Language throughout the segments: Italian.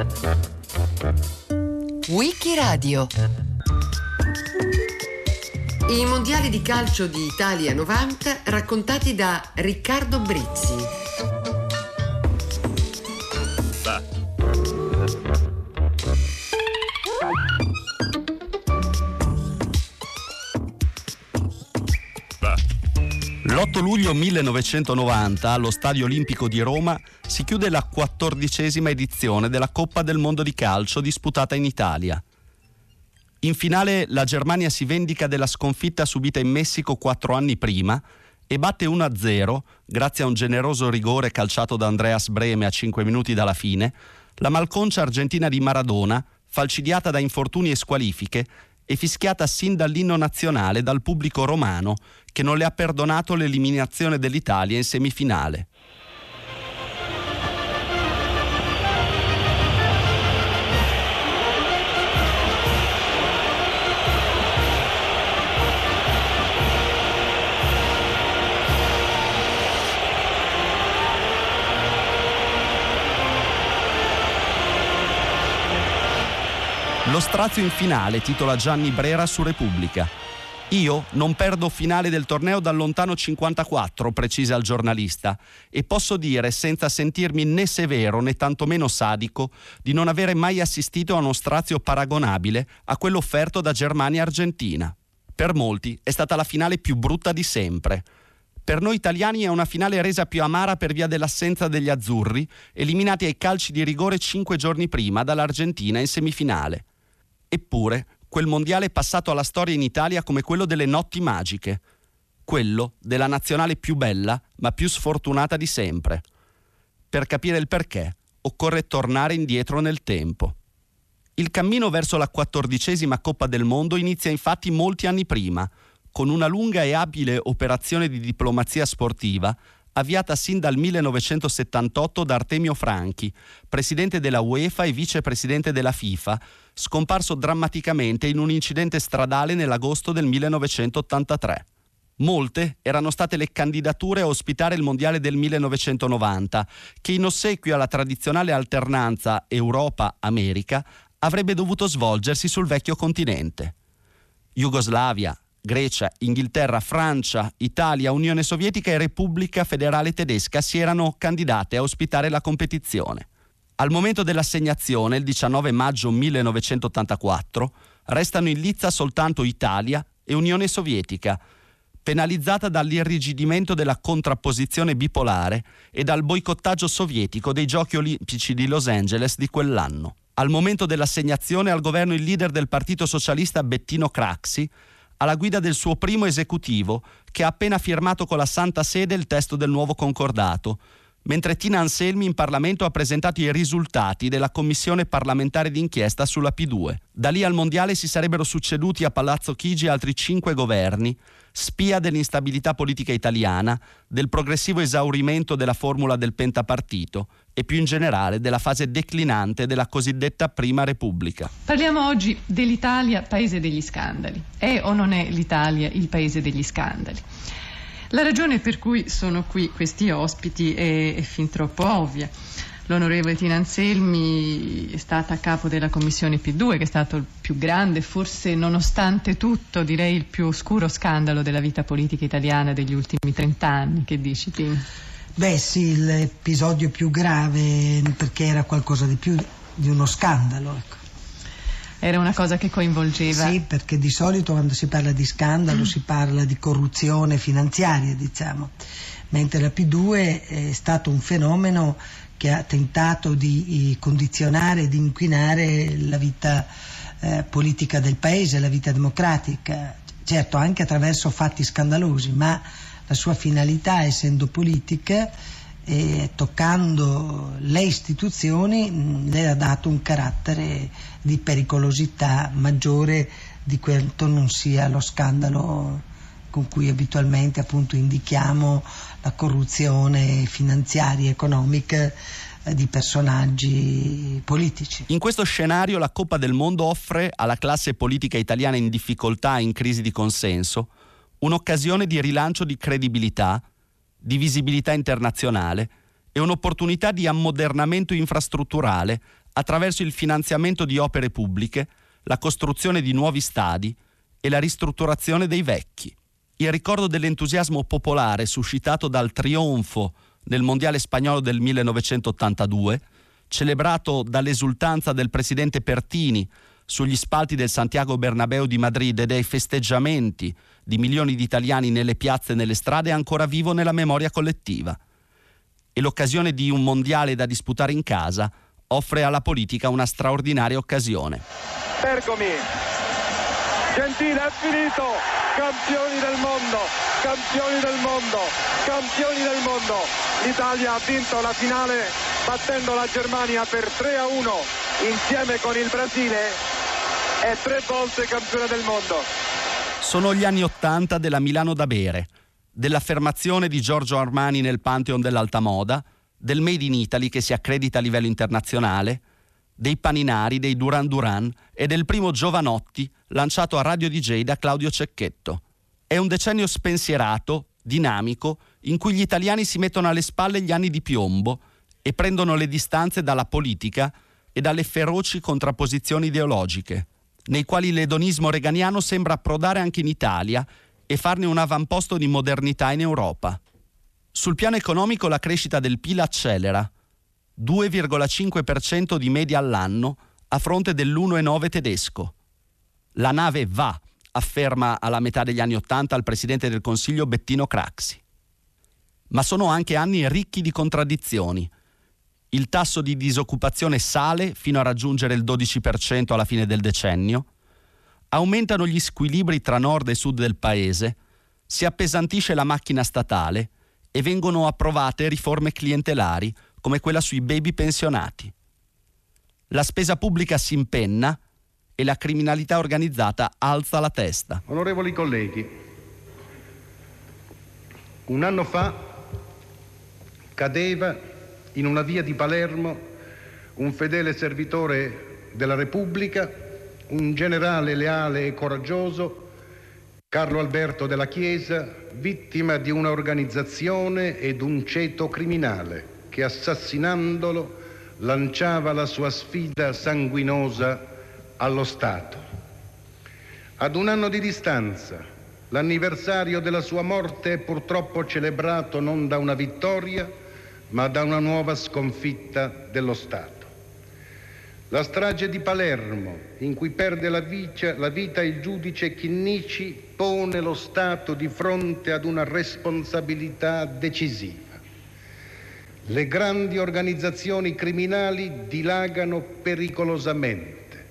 Wikiradio. I mondiali di calcio di Italia 90 raccontati da Riccardo Brizzi. L'8 luglio 1990 allo Stadio Olimpico di Roma si chiude la 14ª edizione della Coppa del Mondo di calcio disputata in Italia. In finale la Germania si vendica della sconfitta subita in Messico 4 anni prima e batte 1-0, grazie a un generoso rigore calciato da Andreas Brehme a 5 minuti dalla fine, la malconcia argentina di Maradona, falcidiata da infortuni e squalifiche e fischiata sin dall'inno nazionale dal pubblico romano che non le ha perdonato l'eliminazione dell'Italia in semifinale. Lo strazio in finale, titola Gianni Brera su Repubblica. Io non perdo finale del torneo dal lontano 54, precisa il giornalista, e posso dire senza sentirmi né severo né tantomeno sadico di non avere mai assistito a uno strazio paragonabile a quello offerto da Germania e Argentina. Per molti è stata la finale più brutta di sempre. Per noi italiani è una finale resa più amara per via dell'assenza degli azzurri, eliminati ai calci di rigore 5 giorni prima dall'Argentina in semifinale. Eppure, quel mondiale è passato alla storia in Italia come quello delle notti magiche, quello della nazionale più bella ma più sfortunata di sempre. Per capire il perché, occorre tornare indietro nel tempo. Il cammino verso la 14ª Coppa del Mondo inizia infatti molti anni prima, con una lunga e abile operazione di diplomazia sportiva avviata sin dal 1978 da Artemio Franchi, presidente della UEFA e vicepresidente della FIFA, scomparso drammaticamente in un incidente stradale nell'agosto del 1983. Molte erano state le candidature a ospitare il mondiale del 1990, che in ossequio alla tradizionale alternanza Europa-America avrebbe dovuto svolgersi sul vecchio continente. Jugoslavia, Grecia, Inghilterra, Francia, Italia, Unione Sovietica e Repubblica Federale Tedesca si erano candidate a ospitare la competizione. Al momento dell'assegnazione, il 19 maggio 1984, restano in lizza soltanto Italia e Unione Sovietica, penalizzata dall'irrigidimento della contrapposizione bipolare e dal boicottaggio sovietico dei Giochi Olimpici di Los Angeles di quell'anno. Al momento dell'assegnazione al governo il leader del Partito Socialista Bettino Craxi, alla guida del suo primo esecutivo, che ha appena firmato con la Santa Sede il testo del nuovo concordato, mentre Tina Anselmi in Parlamento ha presentato i risultati della commissione parlamentare d'inchiesta sulla P2. Da lì al mondiale si sarebbero succeduti a Palazzo Chigi altri 5 governi, spia dell'instabilità politica italiana, del progressivo esaurimento della formula del pentapartito e più in generale della fase declinante della cosiddetta Prima Repubblica. Parliamo oggi dell'Italia, paese degli scandali. È o non è l'Italia il paese degli scandali? La ragione per cui sono qui questi ospiti è fin troppo ovvia. L'onorevole Tina Anselmi è stata a capo della commissione P2, che è stato il più grande, forse nonostante tutto direi il più oscuro scandalo della vita politica italiana degli ultimi 30 anni. Che dici, Tina? Beh sì, l'episodio più grave, perché era qualcosa di più di uno scandalo, ecco. Era una cosa che coinvolgeva... Sì, perché di solito quando si parla di scandalo si parla di corruzione finanziaria, diciamo, mentre la P2 è stato un fenomeno che ha tentato di condizionare, di inquinare la vita politica del paese, la vita democratica, certo anche attraverso fatti scandalosi, ma la sua finalità, essendo politica e toccando le istituzioni, le ha dato un carattere di pericolosità maggiore di quanto non sia lo scandalo con cui abitualmente appunto indichiamo la corruzione finanziaria e economica di personaggi politici. In questo scenario la Coppa del Mondo offre alla classe politica italiana in difficoltà e in crisi di consenso un'occasione di rilancio di credibilità, di visibilità internazionale e un'opportunità di ammodernamento infrastrutturale attraverso il finanziamento di opere pubbliche, la costruzione di nuovi stadi e la ristrutturazione dei vecchi. Il ricordo dell'entusiasmo popolare suscitato dal trionfo nel Mondiale spagnolo del 1982, celebrato dall'esultanza del presidente Pertini sugli spalti del Santiago Bernabéu di Madrid e dai festeggiamenti di milioni di italiani nelle piazze e nelle strade, è ancora vivo nella memoria collettiva. E l'occasione di un mondiale da disputare in casa offre alla politica una straordinaria occasione. Bergomi, Gentile, è finito! Campioni del mondo, campioni del mondo, campioni del mondo! L'Italia ha vinto la finale battendo la Germania per 3-1 insieme con il Brasile, è 3 volte campione del mondo. Sono gli anni '80 della Milano da bere, dell'affermazione di Giorgio Armani nel Pantheon dell'alta moda, del Made in Italy che si accredita a livello internazionale, dei Paninari, dei Duran Duran e del primo Giovanotti lanciato a Radio DJ da Claudio Cecchetto. È un decennio spensierato, dinamico, in cui gli italiani si mettono alle spalle gli anni di piombo e prendono le distanze dalla politica e dalle feroci contrapposizioni ideologiche, nei quali l'edonismo reganiano sembra approdare anche in Italia e farne un avamposto di modernità in Europa. Sul piano economico la crescita del PIL accelera, 2,5% di media all'anno a fronte dell'1,9 tedesco. La nave va, afferma alla metà degli anni '80 il presidente del Consiglio Bettino Craxi. Ma sono anche anni ricchi di contraddizioni. Il tasso di disoccupazione sale fino a raggiungere il 12% alla fine del decennio, aumentano gli squilibri tra nord e sud del paese, si appesantisce la macchina statale e vengono approvate riforme clientelari come quella sui baby pensionati. La spesa pubblica si impenna e la criminalità organizzata alza la testa. Onorevoli colleghi, un anno fa cadeva in una via di Palermo un fedele servitore della Repubblica, un generale leale e coraggioso, Carlo Alberto Dalla Chiesa, vittima di un'organizzazione ed un ceto criminale che, assassinandolo, lanciava la sua sfida sanguinosa allo Stato. Ad un anno di distanza, l'anniversario della sua morte è purtroppo celebrato non da una vittoria, ma da una nuova sconfitta dello Stato. La strage di Palermo, in cui perde la vita il giudice Chinnici, pone lo Stato di fronte ad una responsabilità decisiva. Le grandi organizzazioni criminali dilagano pericolosamente.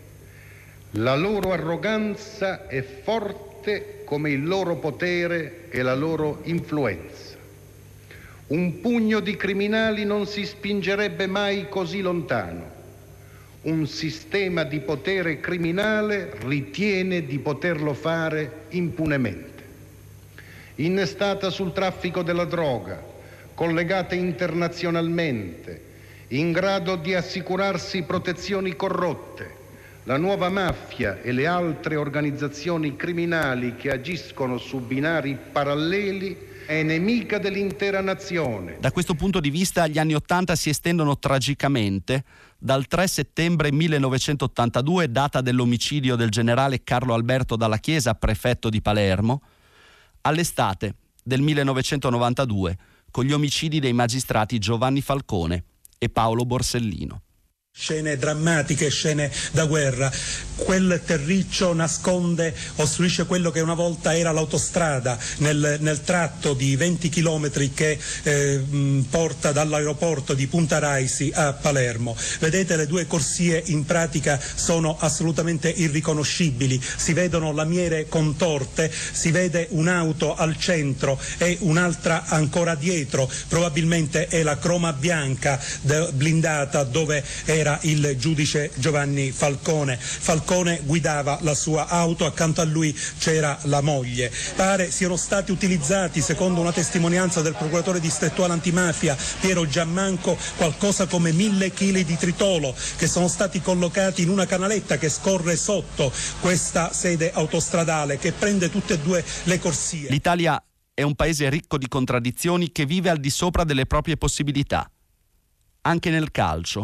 La loro arroganza è forte come il loro potere e la loro influenza. Un pugno di criminali non si spingerebbe mai così lontano. Un sistema di potere criminale ritiene di poterlo fare impunemente. Innestata sul traffico della droga, collegata internazionalmente, in grado di assicurarsi protezioni corrotte, la nuova mafia e le altre organizzazioni criminali che agiscono su binari paralleli è nemica dell'intera nazione. Da questo punto di vista gli anni '80 si estendono tragicamente dal 3 settembre 1982, data dell'omicidio del generale Carlo Alberto Dalla Chiesa, prefetto di Palermo, all'estate del 1992 con gli omicidi dei magistrati Giovanni Falcone e Paolo Borsellino. Scene drammatiche, scene da guerra. Quel terriccio nasconde, ostruisce quello che una volta era l'autostrada nel tratto di 20 chilometri che porta dall'aeroporto di Punta Raisi a Palermo. Vedete, le due corsie in pratica sono assolutamente irriconoscibili, si vedono lamiere contorte, si vede un'auto al centro e un'altra ancora dietro, probabilmente è la croma bianca blindata dove era il giudice Giovanni Falcone. Falcone guidava la sua auto, accanto a lui c'era la moglie. Pare siano stati utilizzati, secondo una testimonianza del procuratore distrettuale antimafia Piero Giammanco, qualcosa come 1000 kg di tritolo che sono stati collocati in una canaletta che scorre sotto questa sede autostradale che prende tutte e due le corsie. L'Italia è un paese ricco di contraddizioni che vive al di sopra delle proprie possibilità. Anche nel calcio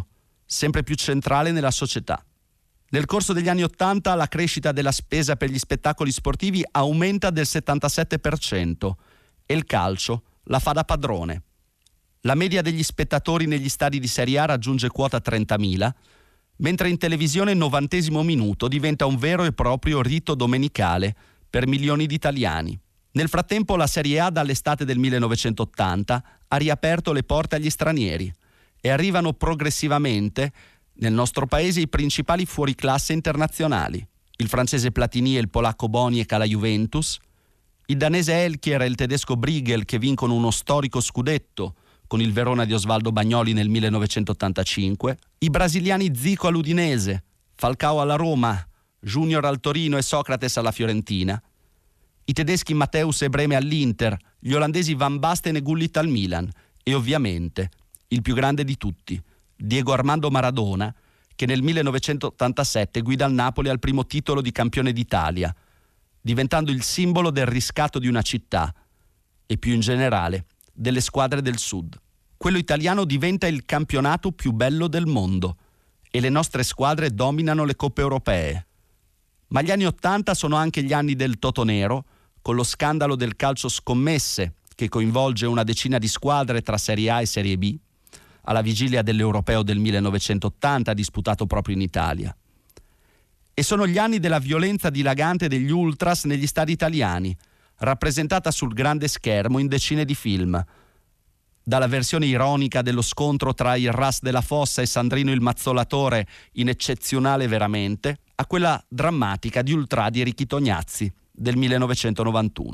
sempre più centrale nella società. Nel corso degli anni '80 la crescita della spesa per gli spettacoli sportivi aumenta del 77% e il calcio la fa da padrone. La media degli spettatori negli stadi di Serie A raggiunge quota 30.000, mentre in televisione il 90° minuto diventa un vero e proprio rito domenicale per milioni di italiani. Nel frattempo la Serie A dall'estate del 1980 ha riaperto le porte agli stranieri e arrivano progressivamente nel nostro paese i principali fuoriclasse internazionali, il francese Platini e il polacco Boniek alla Juventus, il danese Elkier e il tedesco Briegel che vincono uno storico scudetto con il Verona di Osvaldo Bagnoli nel 1985, i brasiliani Zico all'Udinese, Falcao alla Roma, Junior al Torino e Socrates alla Fiorentina, i tedeschi Matthäus e Breme all'Inter, gli olandesi Van Basten e Gullit al Milan e ovviamente il più grande di tutti, Diego Armando Maradona, che nel 1987 guida il Napoli al primo titolo di campione d'Italia, diventando il simbolo del riscatto di una città e più in generale delle squadre del Sud. Quello italiano diventa il campionato più bello del mondo e le nostre squadre dominano le coppe europee. Ma gli anni '80 sono anche gli anni del Totonero, con lo scandalo del calcio scommesse che coinvolge una decina di squadre tra Serie A e Serie B, alla vigilia dell'Europeo del 1980 disputato proprio in Italia. E sono gli anni della violenza dilagante degli ultras negli stadi italiani, rappresentata sul grande schermo in decine di film, dalla versione ironica dello scontro tra il Ras della Fossa e Sandrino il Mazzolatore in Eccezionale Veramente, a quella drammatica di Ultrà di Ricky Tognazzi del 1991.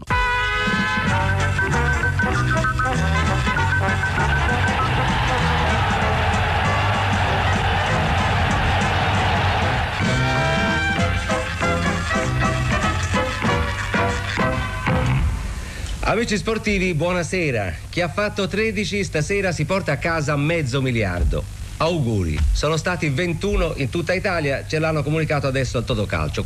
Amici sportivi, buonasera. Chi ha fatto 13 stasera si porta a casa $500 milioni. Auguri. Sono stati 21 in tutta Italia, ce l'hanno comunicato adesso al Totocalcio.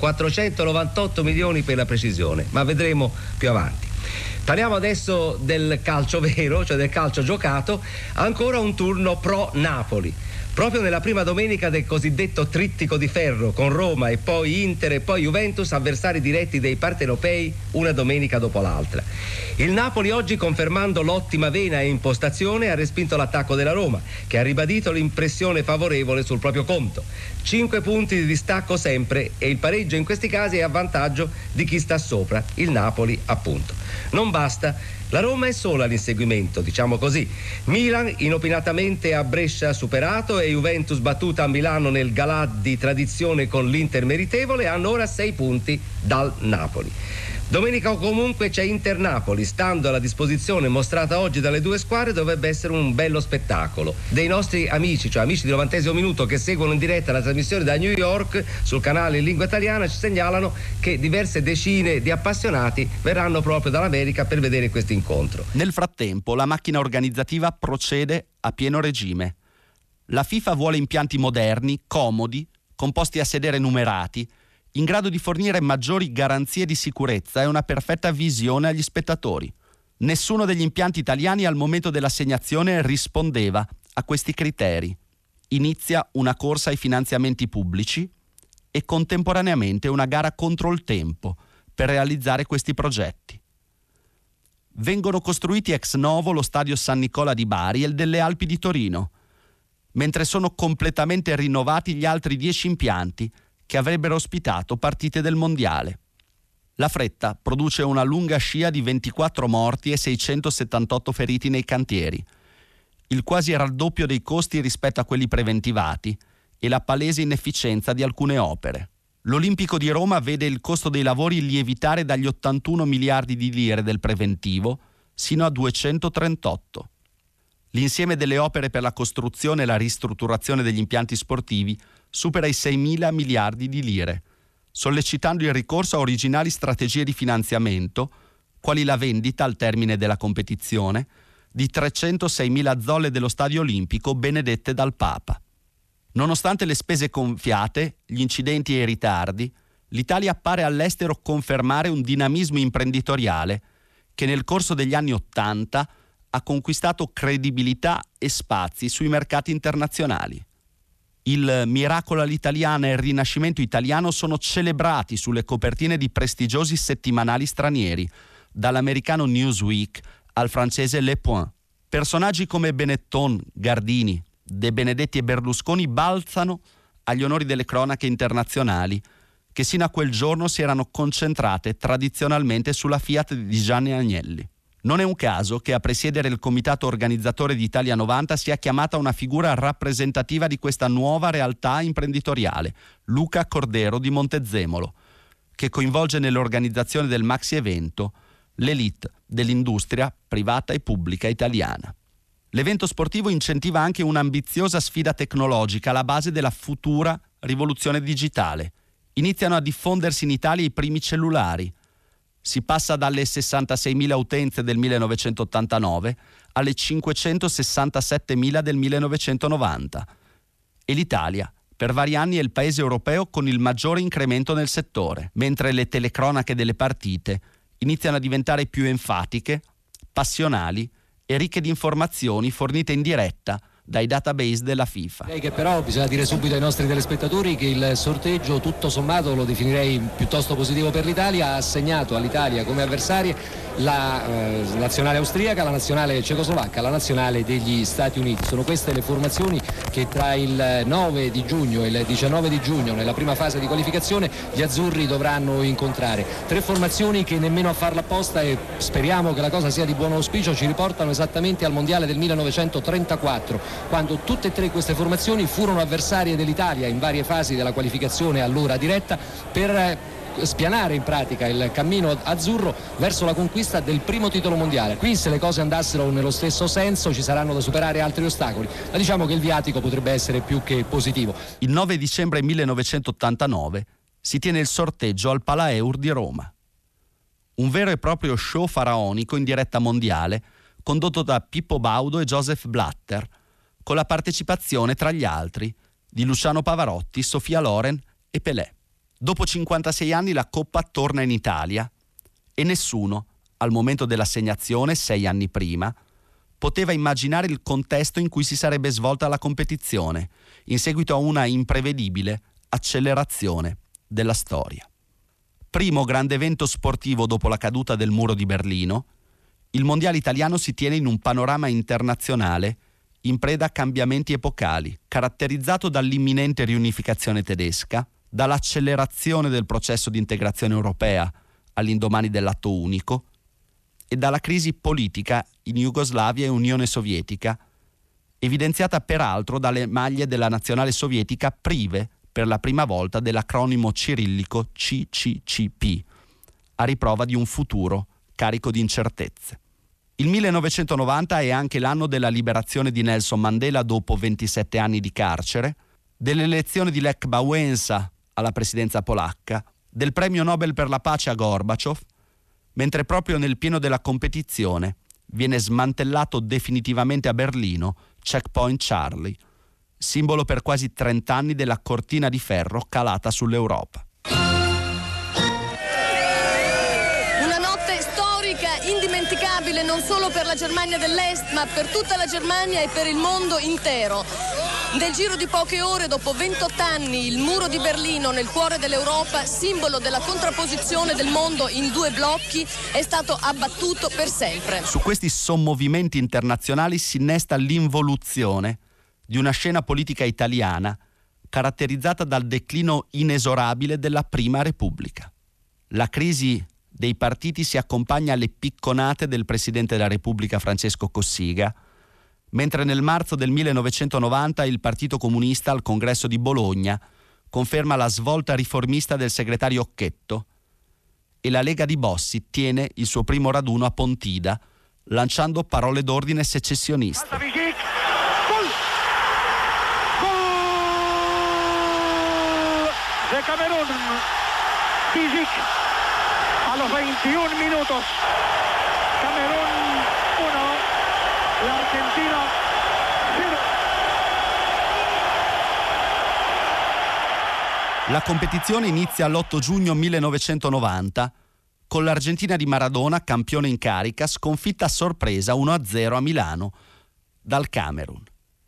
498 milioni per la precisione, ma vedremo più avanti. Parliamo adesso del calcio vero, cioè del calcio giocato. Ancora un turno pro Napoli. Proprio nella prima domenica del cosiddetto trittico di ferro, con Roma e poi Inter e poi Juventus, avversari diretti dei partenopei una domenica dopo l'altra. Il Napoli oggi, confermando l'ottima vena e impostazione, ha respinto l'attacco della Roma, che ha ribadito l'impressione favorevole sul proprio conto. 5 punti di distacco sempre, e il pareggio in questi casi è a vantaggio di chi sta sopra, il Napoli appunto. Non basta. La Roma è sola all'inseguimento, diciamo così. Milan inopinatamente a Brescia superato e Juventus battuta a Milano nel galà di tradizione con l'Inter meritevole hanno ora 6 punti dal Napoli. Domenica comunque c'è Inter-Napoli, stando alla disposizione mostrata oggi dalle due squadre dovrebbe essere un bello spettacolo. Dei nostri amici, cioè amici di 90° minuto che seguono in diretta la trasmissione da New York sul canale in lingua italiana, ci segnalano che diverse decine di appassionati verranno proprio dall'America per vedere questo incontro. Nel frattempo la macchina organizzativa procede a pieno regime. La FIFA vuole impianti moderni, comodi, composti a sedere numerati, in grado di fornire maggiori garanzie di sicurezza e una perfetta visione agli spettatori. Nessuno degli impianti italiani al momento dell'assegnazione rispondeva a questi criteri. Inizia una corsa ai finanziamenti pubblici e contemporaneamente una gara contro il tempo per realizzare questi progetti. Vengono costruiti ex novo lo stadio San Nicola di Bari e il delle Alpi di Torino, mentre sono completamente rinnovati gli altri 10 impianti che avrebbero ospitato partite del mondiale. La fretta produce una lunga scia di 24 morti e 678 feriti nei cantieri, il quasi raddoppio dei costi rispetto a quelli preventivati e la palese inefficienza di alcune opere. L'Olimpico di Roma vede il costo dei lavori lievitare dagli 81 miliardi di lire del preventivo sino a 238. L'insieme delle opere per la costruzione e la ristrutturazione degli impianti sportivi supera i 6.000 miliardi di lire, sollecitando il ricorso a originali strategie di finanziamento, quali la vendita al termine della competizione di 306.000 zolle dello Stadio Olimpico benedette dal Papa. Nonostante le spese gonfiate, gli incidenti e i ritardi, l'Italia pare all'estero confermare un dinamismo imprenditoriale che nel corso degli anni '80 ha conquistato credibilità e spazi sui mercati internazionali. Il miracolo all'italiana e il rinascimento italiano sono celebrati sulle copertine di prestigiosi settimanali stranieri, dall'americano Newsweek al francese Le Point. Personaggi come Benetton, Gardini, De Benedetti e Berlusconi balzano agli onori delle cronache internazionali, che sino a quel giorno si erano concentrate tradizionalmente sulla Fiat di Gianni Agnelli. Non è un caso che a presiedere il comitato organizzatore di Italia 90 sia chiamata una figura rappresentativa di questa nuova realtà imprenditoriale, Luca Cordero di Montezemolo, che coinvolge nell'organizzazione del maxi evento l'élite dell'industria privata e pubblica italiana. L'evento sportivo incentiva anche un'ambiziosa sfida tecnologica alla base della futura rivoluzione digitale. Iniziano a diffondersi in Italia i primi cellulari. Si passa dalle 66.000 utenze del 1989 alle 567.000 del 1990. E l'Italia, per vari anni, è il paese europeo con il maggiore incremento nel settore, mentre le telecronache delle partite iniziano a diventare più enfatiche, passionali e ricche di informazioni fornite in diretta dai database della FIFA. Direi che però bisogna dire subito ai nostri telespettatori che il sorteggio, tutto sommato, lo definirei piuttosto positivo per l'Italia. Ha assegnato all'Italia come avversarie la nazionale austriaca, la nazionale cecoslovacca, la nazionale degli Stati Uniti. Sono queste le formazioni che tra il 9 di giugno e il 19 di giugno, nella prima fase di qualificazione, gli azzurri dovranno incontrare. 3 formazioni che nemmeno a farla apposta, e speriamo che la cosa sia di buon auspicio, ci riportano esattamente al mondiale del 1934, quando tutte e 3 queste formazioni furono avversarie dell'Italia in varie fasi della qualificazione allora diretta, per spianare in pratica il cammino azzurro verso la conquista del primo titolo mondiale. Qui, se le cose andassero nello stesso senso, ci saranno da superare altri ostacoli, ma diciamo che il viatico potrebbe essere più che positivo. Il 9 dicembre 1989 si tiene il sorteggio al Palaeur di Roma. Un vero e proprio show faraonico in diretta mondiale, condotto da Pippo Baudo e Joseph Blatter, con la partecipazione, tra gli altri, di Luciano Pavarotti, Sofia Loren e Pelé. Dopo 56 anni la Coppa torna in Italia e nessuno, al momento dell'assegnazione, 6 anni prima, poteva immaginare il contesto in cui si sarebbe svolta la competizione, in seguito a una imprevedibile accelerazione della storia. Primo grande evento sportivo dopo la caduta del muro di Berlino, il mondiale italiano si tiene in un panorama internazionale in preda a cambiamenti epocali, caratterizzato dall'imminente riunificazione tedesca, dall'accelerazione del processo di integrazione europea all'indomani dell'atto unico e dalla crisi politica in Jugoslavia e Unione Sovietica, evidenziata peraltro dalle maglie della nazionale sovietica prive per la prima volta dell'acronimo cirillico CCCP, a riprova di un futuro carico di incertezze. Il 1990 è anche l'anno della liberazione di Nelson Mandela dopo 27 anni di carcere, dell'elezione di Lech Wałęsa alla presidenza polacca, del premio Nobel per la pace a Gorbaciov, mentre proprio nel pieno della competizione viene smantellato definitivamente a Berlino Checkpoint Charlie, simbolo per quasi 30 anni della cortina di ferro calata sull'Europa. Una notte storica, indimenticabile non solo per la Germania dell'Est, ma per tutta la Germania e per il mondo intero. Nel giro di poche ore, dopo 28 anni, il muro di Berlino nel cuore dell'Europa, simbolo della contrapposizione del mondo in 2 blocchi, è stato abbattuto per sempre. Su questi sommovimenti internazionali si innesta l'involuzione di una scena politica italiana caratterizzata dal declino inesorabile della Prima Repubblica. La crisi dei partiti si accompagna alle picconate del Presidente della Repubblica Francesco Cossiga, mentre nel marzo del 1990 il Partito Comunista al Congresso di Bologna conferma la svolta riformista del segretario Occhetto e la Lega di Bossi tiene il suo primo raduno a Pontida, lanciando parole d'ordine secessioniste. De Camerún, Pizic a los 21 minutos. Camerún 1, la Argentina 0. La competizione inizia l'8 giugno 1990 con l'Argentina di Maradona, campione in carica, sconfitta a sorpresa 1-0 a Milano dal Camerun.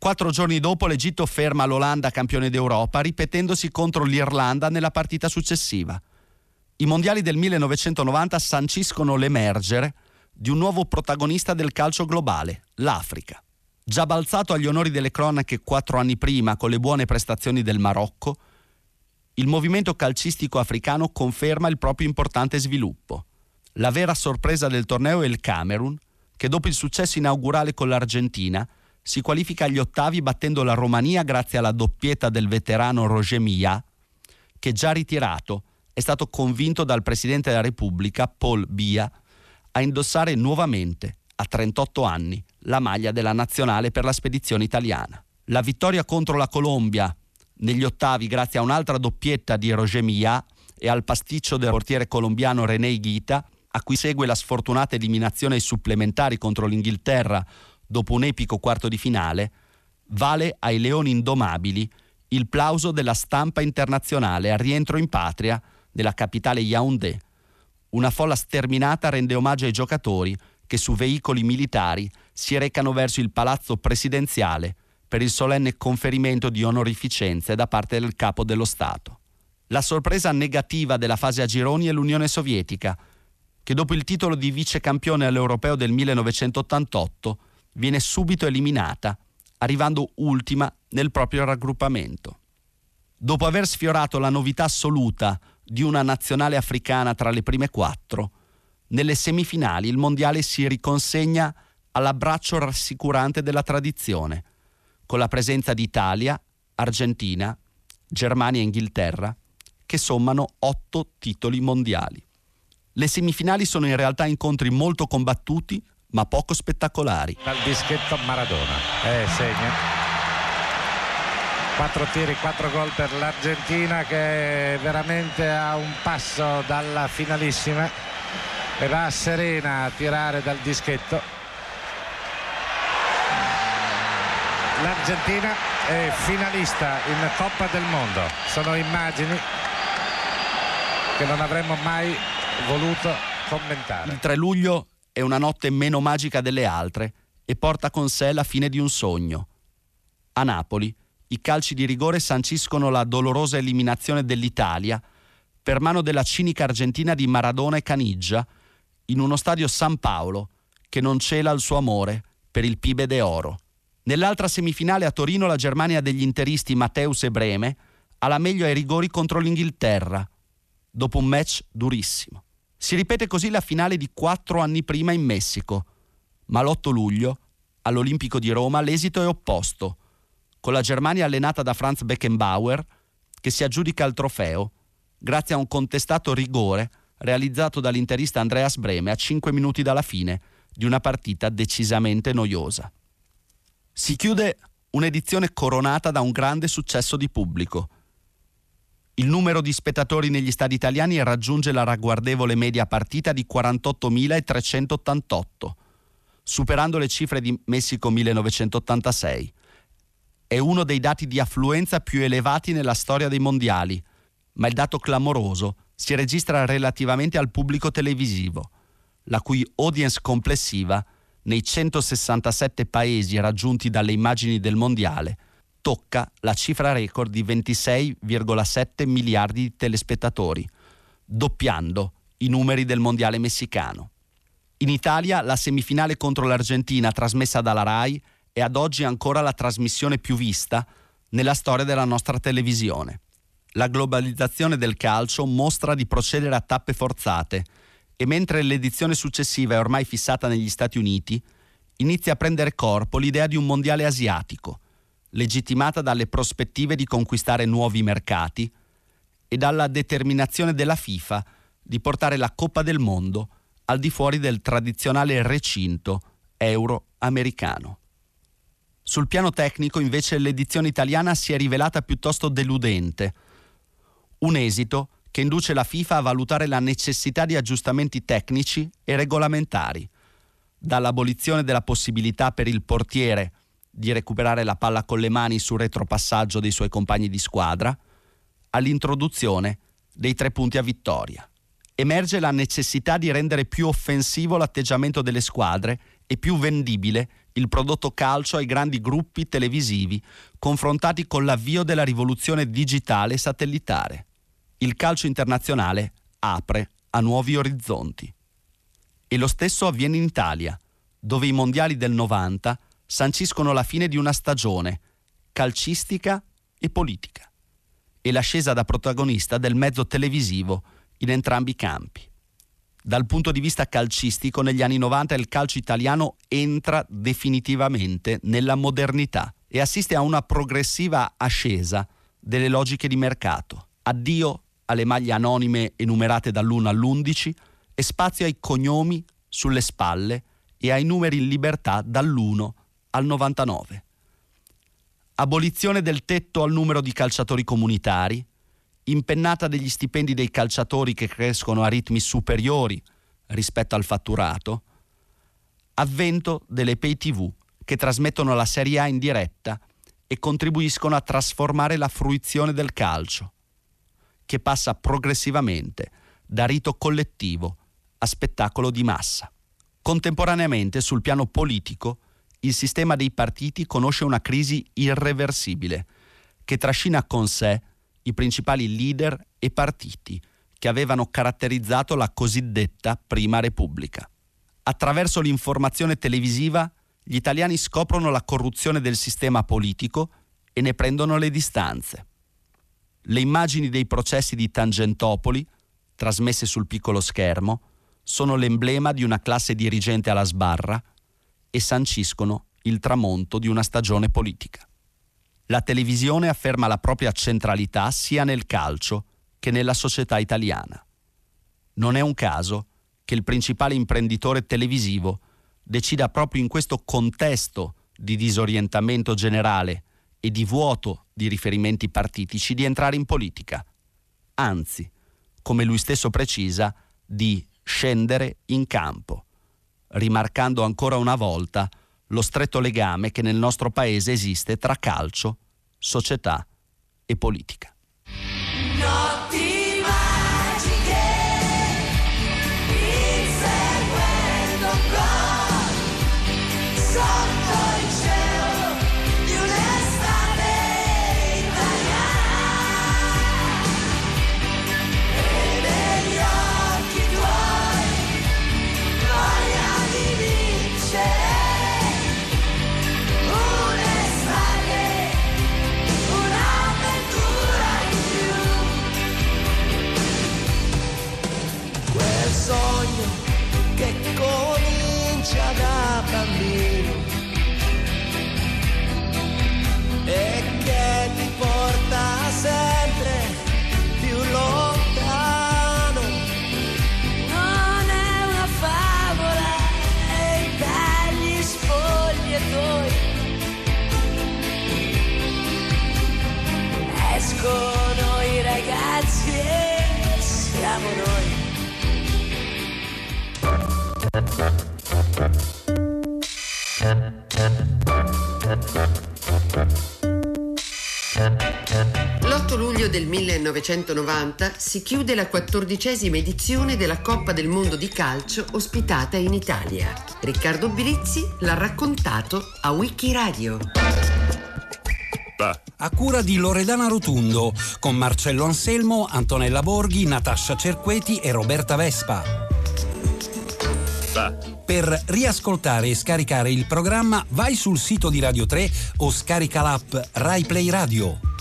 4 giorni dopo l'Egitto ferma l'Olanda campione d'Europa, ripetendosi contro l'Irlanda nella partita successiva. I mondiali del 1990 sanciscono l'emergere di un nuovo protagonista del calcio globale, l'Africa. Già balzato agli onori delle cronache 4 anni prima con le buone prestazioni del Marocco, il movimento calcistico africano conferma il proprio importante sviluppo. La vera sorpresa del torneo è il Camerun, che dopo il successo inaugurale con l'Argentina si qualifica agli ottavi battendo la Romania grazie alla doppietta del veterano Roger Milla, che già ritirato è stato convinto dal Presidente della Repubblica, Paul Biya, a indossare nuovamente, a 38 anni, la maglia della nazionale per la spedizione italiana. La vittoria contro la Colombia negli ottavi grazie a un'altra doppietta di Roger Milla e al pasticcio del portiere colombiano René Higuita, a cui segue la sfortunata eliminazione ai supplementari contro l'Inghilterra dopo un epico quarto di finale, vale ai Leoni Indomabili il plauso della stampa internazionale al rientro in patria nella capitale Yaoundé. Una folla sterminata rende omaggio ai giocatori che su veicoli militari si recano verso il palazzo presidenziale per il solenne conferimento di onorificenze da parte del capo dello Stato. La sorpresa negativa della fase a gironi è l'Unione Sovietica, che dopo il titolo di vicecampione all'Europeo del 1988 viene subito eliminata, arrivando ultima nel proprio raggruppamento. Dopo aver sfiorato la novità assoluta di una nazionale africana tra le prime 4, nelle semifinali il mondiale si riconsegna all'abbraccio rassicurante della tradizione, con la presenza di Italia, Argentina, Germania e Inghilterra, che sommano 8 titoli mondiali. Le semifinali sono in realtà incontri molto combattuti, ma poco spettacolari. Dal dischetto Maradona, segna. 4 tiri, 4 gol per l'Argentina, che è veramente a un passo dalla finalissima e va serena a tirare dal dischetto. L'Argentina è finalista in Coppa del Mondo. Sono immagini che non avremmo mai voluto commentare. Il 3 luglio è una notte meno magica delle altre e porta con sé la fine di un sogno. A Napoli i calci di rigore sanciscono la dolorosa eliminazione dell'Italia per mano della cinica Argentina di Maradona e Caniggia in uno stadio San Paolo che non cela il suo amore per il Pibe de Oro. Nell'altra semifinale a Torino la Germania degli interisti Matteus e Breme ha la meglio ai rigori contro l'Inghilterra, dopo un match durissimo. Si ripete così la finale di 4 anni prima in Messico, ma l'8 luglio, all'Olimpico di Roma, l'esito è opposto, con la Germania allenata da Franz Beckenbauer, che si aggiudica il trofeo grazie a un contestato rigore realizzato dall'interista Andreas Breme a 5 minuti dalla fine di una partita decisamente noiosa. Si chiude un'edizione coronata da un grande successo di pubblico. Il numero di spettatori negli stadi italiani raggiunge la ragguardevole media partita di 48.388, superando le cifre di Messico 1986. È uno dei dati di affluenza più elevati nella storia dei mondiali, ma il dato clamoroso si registra relativamente al pubblico televisivo, la cui audience complessiva nei 167 paesi raggiunti dalle immagini del mondiale tocca la cifra record di 26,7 miliardi di telespettatori, doppiando i numeri del mondiale messicano. In Italia la semifinale contro l'Argentina, trasmessa dalla Rai, è ad oggi ancora la trasmissione più vista nella storia della nostra televisione. La globalizzazione del calcio mostra di procedere a tappe forzate e mentre l'edizione successiva è ormai fissata negli Stati Uniti, inizia a prendere corpo l'idea di un mondiale asiatico, legittimata dalle prospettive di conquistare nuovi mercati e dalla determinazione della FIFA di portare la Coppa del Mondo al di fuori del tradizionale recinto euro-americano. Sul piano tecnico, invece, l'edizione italiana si è rivelata piuttosto deludente, un esito che induce la FIFA a valutare la necessità di aggiustamenti tecnici e regolamentari, dall'abolizione della possibilità per il portiere di recuperare la palla con le mani sul retropassaggio dei suoi compagni di squadra, all'introduzione dei 3 punti a vittoria. Emerge la necessità di rendere più offensivo l'atteggiamento delle squadre e più vendibile il prodotto calcio ai grandi gruppi televisivi confrontati con l'avvio della rivoluzione digitale e satellitare. Il calcio internazionale apre a nuovi orizzonti. E lo stesso avviene in Italia, dove i mondiali del 90 sanciscono la fine di una stagione calcistica e politica e l'ascesa da protagonista del mezzo televisivo in entrambi i campi. Dal punto di vista calcistico, negli anni 90 il calcio italiano entra definitivamente nella modernità e assiste a una progressiva ascesa delle logiche di mercato. Addio alle maglie anonime enumerate dall'1 all'11 e spazio ai cognomi sulle spalle e ai numeri in libertà dall'1 al 99. Abolizione del tetto al numero di calciatori comunitari, impennata degli stipendi dei calciatori che crescono a ritmi superiori rispetto al fatturato, avvento delle pay TV che trasmettono la Serie A in diretta e contribuiscono a trasformare la fruizione del calcio, che passa progressivamente da rito collettivo a spettacolo di massa. Contemporaneamente, sul piano politico, il sistema dei partiti conosce una crisi irreversibile che trascina con sé i principali leader e partiti che avevano caratterizzato la cosiddetta Prima Repubblica. Attraverso l'informazione televisiva, gli italiani scoprono la corruzione del sistema politico e ne prendono le distanze. Le immagini dei processi di Tangentopoli, trasmesse sul piccolo schermo, sono l'emblema di una classe dirigente alla sbarra e sanciscono il tramonto di una stagione politica. La televisione afferma la propria centralità sia nel calcio che nella società italiana. Non è un caso che il principale imprenditore televisivo decida proprio in questo contesto di disorientamento generale e di vuoto di riferimenti partitici di entrare in politica. Anzi, come lui stesso precisa, di scendere in campo, rimarcando ancora una volta lo stretto legame che nel nostro paese esiste tra calcio, società e politica. Notti magiche, inseguendo gol, sotto il cielo di un'estate italiana, e negli occhi tuoi voglia di vincere. Sogno che comincia da bambino e che ti porta sempre più lontano. Non è una favola e dagli spogliatoi escono i ragazzi e siamo noi. L'8 luglio del 1990 si chiude la 14ª edizione della Coppa del Mondo di calcio ospitata in Italia. Riccardo Brizzi l'ha raccontato a Wikiradio. A cura di Loredana Rotundo, con Marcello Anselmo, Antonella Borghi, Natascia Cerqueti e Roberta Vespa. Per riascoltare e scaricare il programma vai sul sito di Radio 3 o scarica l'app Rai Play Radio.